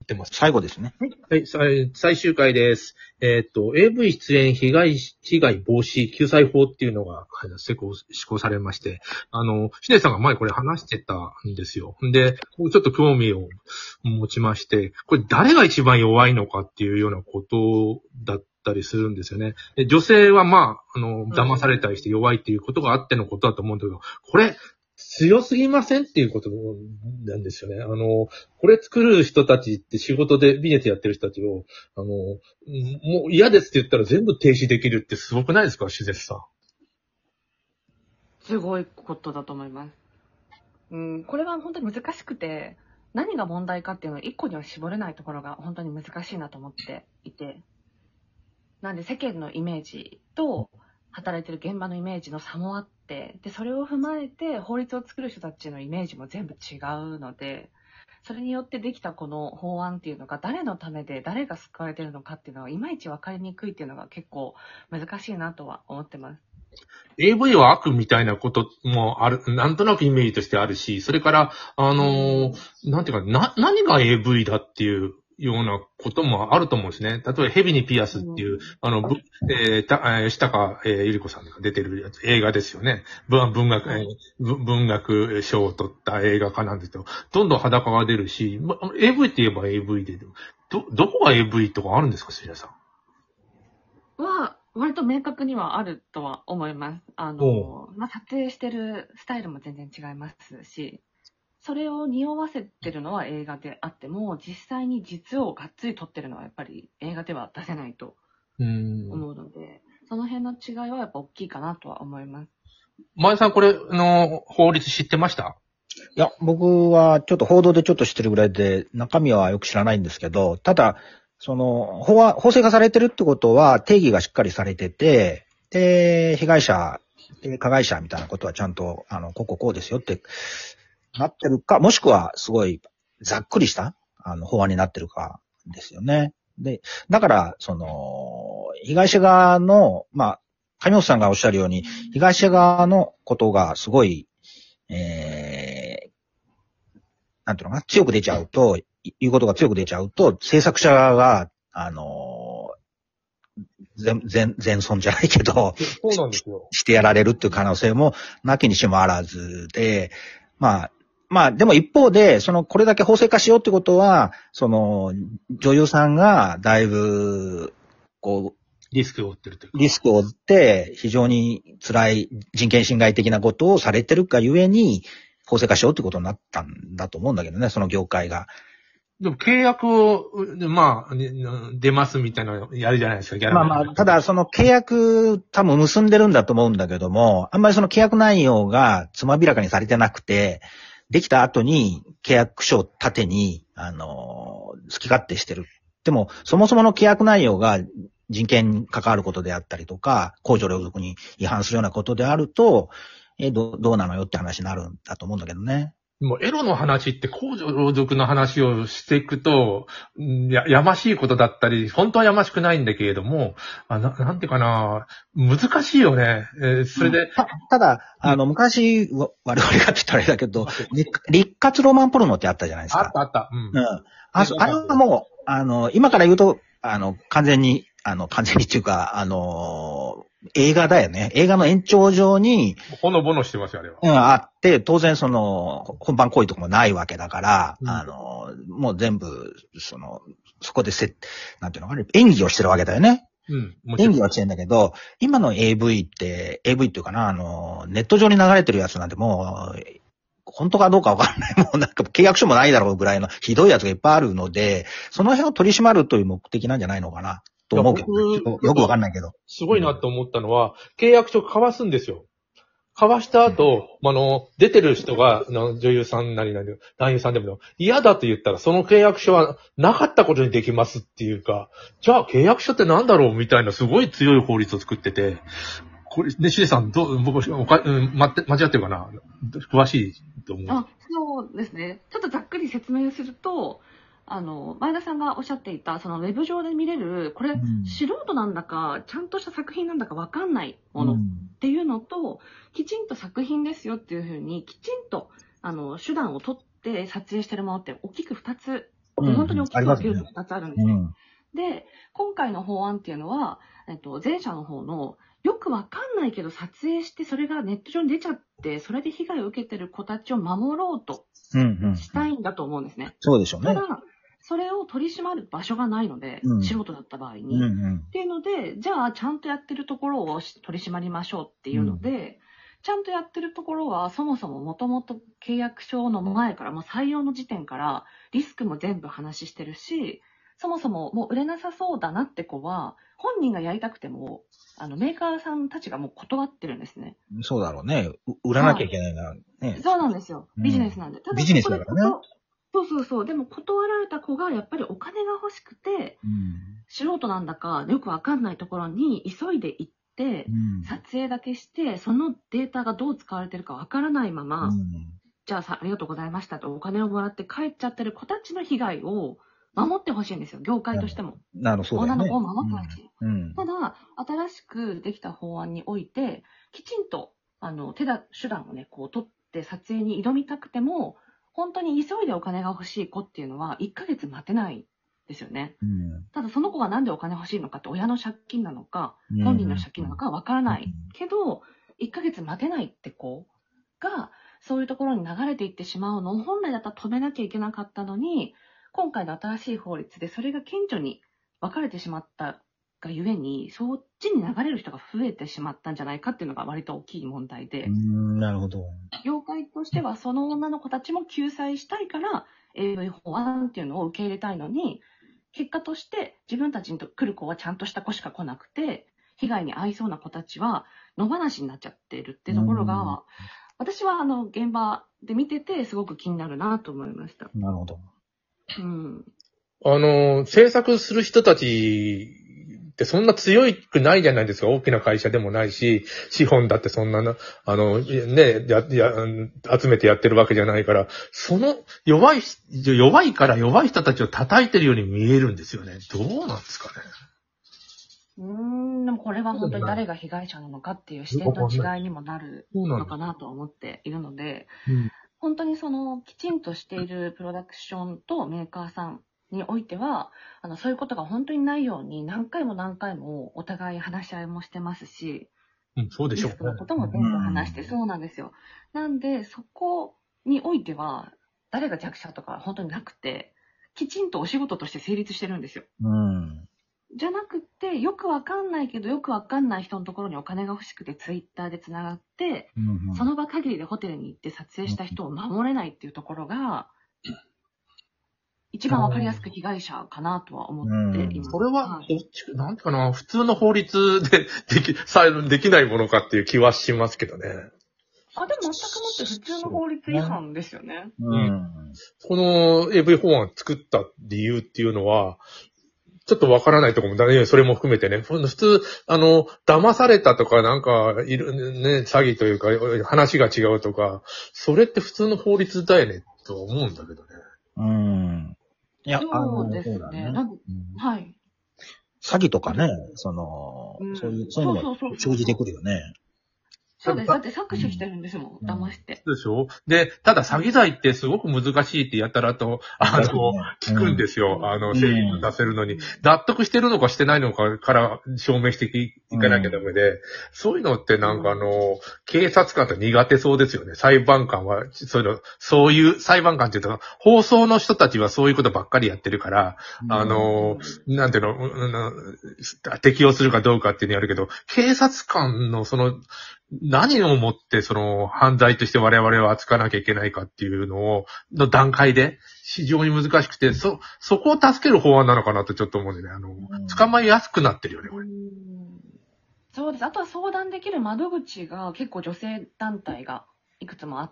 ってます。 最後ですね。 はい、最終回です。AV 出演被害防止救済法っていうのが施行されまして、ヒデさんが前これ話してたんですよ。で、ちょっと興味を持ちまして、これ誰が一番弱いのかっていうようなことだったりするんですよね。で、女性は騙されたりして弱いっていうことがあってのことだと思うんだけど、これ、強すぎませんっていうことなんですよね。これ作る人たちって仕事でビジネスやってる人たちを、もう嫌ですって言ったら全部停止できるってすごくないですか、しぜつさん。 すごいことだと思います。これは本当に難しくて、何が問題かっていうのを一個には絞れないところが本当に難しいなと思っていて、なんで世間のイメージと働いてる現場のイメージの差もあって、でそれを踏まえて法律を作る人たちのイメージも全部違うので、それによってできたこの法案っていうのが誰のためで誰が救われてるのかっていうのがいまいち分かりにくいっていうのが結構難しいなとは思ってます。 AV は悪みたいなこともある、なんとなくイメージとしてあるし、それから、なんていうか、何が AV だっていうようなこともあると思うんですね。例えば、蛇にピアスっていう、吉高由里子さんが出てるやつ、映画ですよね。文学賞を取った映画化なんですけど、どんどん裸が出るし、AV って言えば AV で、どこが AV とかあるんですか、杉谷さん。 割と明確にはあるとは思います。撮影してるスタイルも全然違いますし、それを匂わせてるのは映画であっても、実際に実をがっつり撮ってるのはやっぱり映画では出せないと思うので、その辺の違いはやっぱ大きいかなとは思います。 前さん、これの法律知ってました？ いや、僕はちょっと報道でちょっと知ってるぐらいで、中身はよく知らないんですけど、ただ、法制化されてるってことは定義がしっかりされてて、で、被害者、加害者みたいなことはちゃんと、こうですよってなってるか、もしくはすごいざっくりした、法案になってるかですよね。で、だから、被害者側の、上本さんがおっしゃるように、被害者側のことがすごい、なんていうのかな、強く出ちゃうと、いうことが強く出ちゃうと、制作者が、全損じゃないけど、 そうなんですよ。 してやられるっていう可能性もなきにしもあらずで、でも一方で、これだけ法制化しようってことは、女優さんがだいぶ、 リスクを負ってるというか。 リスクを負って、非常に辛い人権侵害的なことをされてるがゆえに、法制化しようってことになったんだと思うんだけどね、その業界が。 でも契約を、出ますみたいなのやるじゃないですか、ギャラただその契約多分結んでるんだと思うんだけども、あんまりその契約内容がつまびらかにされてなくて、できた後に契約書を盾に、好き勝手してる。でも、そもそもの契約内容が人権に関わることであったりとか、公序良俗に違反するようなことであると、どうなのよって話になるんだと思うんだけどね。 もうエロの話って公序良俗の話をしていくと、やましいことだったり、本当はやましくないんだけれども、なんていうかな、難しいよね。それで。 ただ、昔、我々がって言ったらあれだけど、立活ロマンポルノってあったじゃないですか。 あった。 あれはもう、今から言うと、完全にっていうか、映画だよね。映画の延長上に、 ほのぼのしてますよ、あれは。 あって、当然本番行為とかもないわけだから、もう全部、そこでなんていうのかな、演技をしてるわけだよね。演技はしてるんだけど、今の AV っていうかな、ネット上に流れてるやつなんてもう、本当かどうかわかんない。もうなんか契約書もないだろうぐらいのひどいやつがいっぱいあるので、その辺を取り締まるという目的なんじゃないのかな。と思うけど、よくわかんないけど。 すごいなと思ったのは、契約書交わすんですよ。交わした後、出てる人が、女優さんなり男優さんでも嫌だと言ったら、その契約書はなかったことにできますっていうか、じゃあ契約書ってなんだろうみたいなすごい強い法律を作ってて、これ、ね、しげさん、僕、間違ってるかな？詳しいと思う。 そうですね。ちょっとざっくり説明すると、前田さんがおっしゃっていた、ウェブ上で見れる、これ、素人なんだか、ちゃんとした作品なんだかわかんないものっていうのと、きちんと作品ですよっていうふうに、きちんと、手段を取って撮影してるものって大きく2つ本当に大きく分けると2つあるんですよ。 うん。 で、今回の法案っていうのは、前者の方の、よくわかんないけど撮影して、それがネット上に出ちゃって、それで被害を受けてる子たちを守ろうとうんうん。 したいんだと思うんですね。 そうでしょうね。 ただ、それを取り締まる場所がないので、 うん素人だった場合うんに。 うんっていうので、じゃあちゃんとやってるところを取り締まりましょうっていうので、ちゃんとやってるところはそもそももともと契約書の前から、もう採用の時点からリスクも全部話してるし、そもそももう売れなさそうだなって子は、本人がやりたくても、メーカーさんたちがもう断ってるんですね。 そうだろうね。売らなきゃいけないな。ね。 そうなんですよ。 うんビジネスなんで。ただビジネスだからねそこでそうそうそう。でも断られた子がやっぱりお金が欲しくて、素人なんだかよくわかんないところに急いで行って、撮影だけして、そのデータがどう使われてるかわからないまま、じゃあありがとうございましたとお金をもらって帰っちゃってる子たちの被害を守ってほしいんですよ。業界としても。 なるほど、そうだよね。 女の子を守ってほしい。 うん。 ただ、新しくできた法案において、きちんと、手段をね、こう、取って撮影に挑みたくても、本当に急いでお金が欲しい子っていうのは、1ヶ月待てないですよね。ただ、その子がなんでお金欲しいのかって、親の借金なのか、本人の借金なのかわからないけど、1ヶ月待てないって子が、そういうところに流れていってしまうのを、本来だったら止めなきゃいけなかったのに、今回の新しい法律でそれが顕著に分かれてしまったがゆえに、そっちに流れる人が増えてしまったんじゃないかっていうのが割と大きい問題で、 なるほど。 業界としてはその女の子たちも救済したいから AV 法案っていうのを受け入れたいのに、結果として自分たちに来る子はちゃんとした子しか来なくて、被害に遭いそうな子たちは野放しになっちゃってるってところが、私は現場で見ててすごく気になるなと思いました。 なるほど。 制作する人たちってそんな強くないじゃないですか。大きな会社でもないし、資本だってそんな、集めてやってるわけじゃないから、その弱いから弱い人たちを叩いてるように見えるんですよね。どうなんですかね。 でもこれは本当に誰が被害者なのかっていう視点の違いにもなるのかなと思っているので、本当にきちんとしているプロダクションとメーカーさんにおいては、そういうことが本当にないように何回も何回もお互い話し合いもしてますし、 そうでしょうね。 リスクのことも全部話して、そうなんですよ。なんで、そこにおいては、誰が弱者とか本当になくて、きちんとお仕事として成立してるんですよ。じゃなくて、よくわかんないけど、よくわかんない人のところにお金が欲しくてツイッターで繋がって、その場限りでホテルに行って撮影した人を守れないっていうところが、一番わかりやすく被害者かなとは思っています。 それは、なんてかな、普通の法律でできないものかっていう気はしますけどね。 でも全くもって普通の法律違反ですよね。 この AV 法案を作った理由っていうのは、ちょっとわからないところもね、それも含めてね、普通、騙されたとかなんか、ね、詐欺というか、話が違うとか、それって普通の法律だよね、とは思うんだけどね。 いや、そうですね。はい。 詐欺とかね、そういうのも生じてくるよね。 そうです。だって搾取してるんですもん、騙して。 でしょ？で、ただ詐欺罪ってすごく難しいってやったらと、聞くんですよ。正義を出せるのに。納得してるのかしてないのかから証明していかなきゃダメで、そういうのってなんか警察官って苦手そうですよね。裁判官は、そういう裁判官って言うと、放送の人たちはそういうことばっかりやってるから、なんていうの、適用するかどうかっていうのやるけど、警察官の何をもって犯罪として我々は扱わなきゃいけないかっていうの段階で非常に難しくて、そこを助ける法案なのかなとちょっと思うんでね、捕まえやすくなってるよね、これ。 そうです。あとは相談できる窓口が結構女性団体がいくつもあって、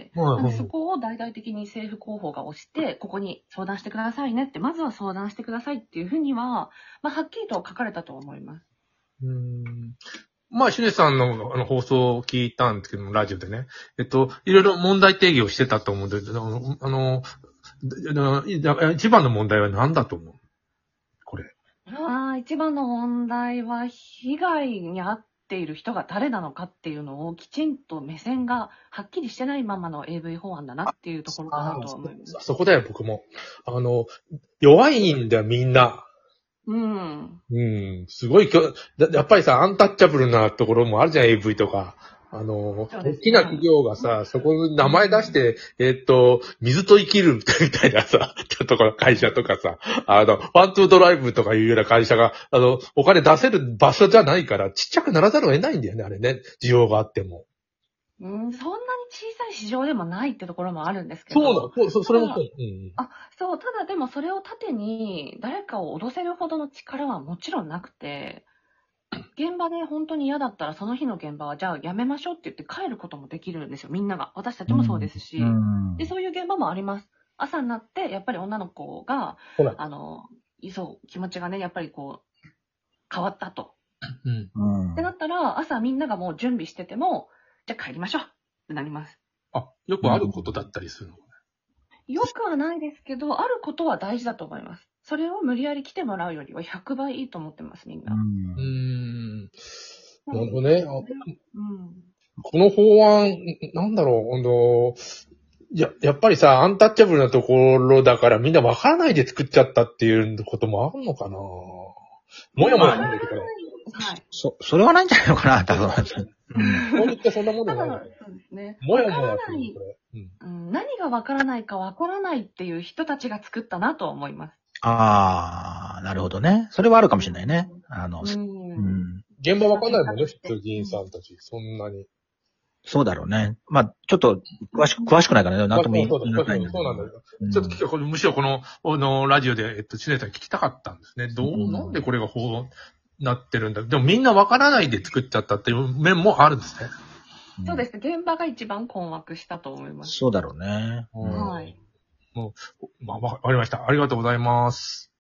そこを大々的に政府広報が押して、ここに相談してくださいねって、まずは相談してくださいっていうふうには、はっきりと書かれたと思います。 シュネさんの放送を聞いたんですけども、ラジオでね。いろいろ問題定義をしてたと思うんで、一番の問題は何だと思う？これ。 一番の問題は、被害に遭っっている人が誰なのかっていうのをきちんと目線がはっきりしてないままの AV 法案だなっていうところかなとは思います。 そこだよ、僕も。弱いんだよ、みんな。すごいやっぱりさ、アンタッチャブルなところもあるじゃん、AV とか。大きな企業がさ、そこに名前出して、水と生きるみたいなさ、ところ会社とかさ、ワントゥードライブとかいうような会社が、お金出せる場所じゃないから、ちっちゃくならざるを得ないんだよね、あれね。需要があっても。 そんなに小さい市場でもないってところもあるんですけど。 それもそう。 そう、ただでもそれを盾に誰かを脅せるほどの力はもちろんなくて、現場で本当に嫌だったらその日の現場はじゃあやめましょうって言って帰ることもできるんですよ、みんなが。私たちもそうですし。で、そういう現場もあります。朝になって、やっぱり女の子が、気持ちがね、やっぱり変わったと。ってなったら、朝みんながもう準備してても、じゃあ帰りましょうってなります。 よくあることだったりするの？ よくはないですけど、あることは大事だと思います。それを無理やり来てもらうよりは100倍いいと思ってます、みんな。 なるほどね。この法案、なんだろう、やっぱりさ、アンタッチャブルなところだからみんなわからないで作っちゃったっていうこともあるのかな。もやもやなんだけど。はい。 それはないんじゃないのかな、多分。 法律ってそんなもんじゃないの？ そうですね。 もやもやするこれ。 何がわからないかわからないっていう人たちが作ったなと思います。 ああ、なるほどね。それはあるかもしれないね。 現場わかんないもんね、普通議員さんたち。そんなに。 そうだろうね。まあ、ちょっと、詳しくないからね。なんとも言えない。 そうなんだよ。ちょっとむしろこのラジオで、知念さん聞きたかったんですね。なんでこれが法なってるんだ。でもみんなわからないで作っちゃったっていう面もあるんですね。 そうです。現場が一番困惑したと思います。 そうだろうね。 はい。 わかりました。ありがとうございます。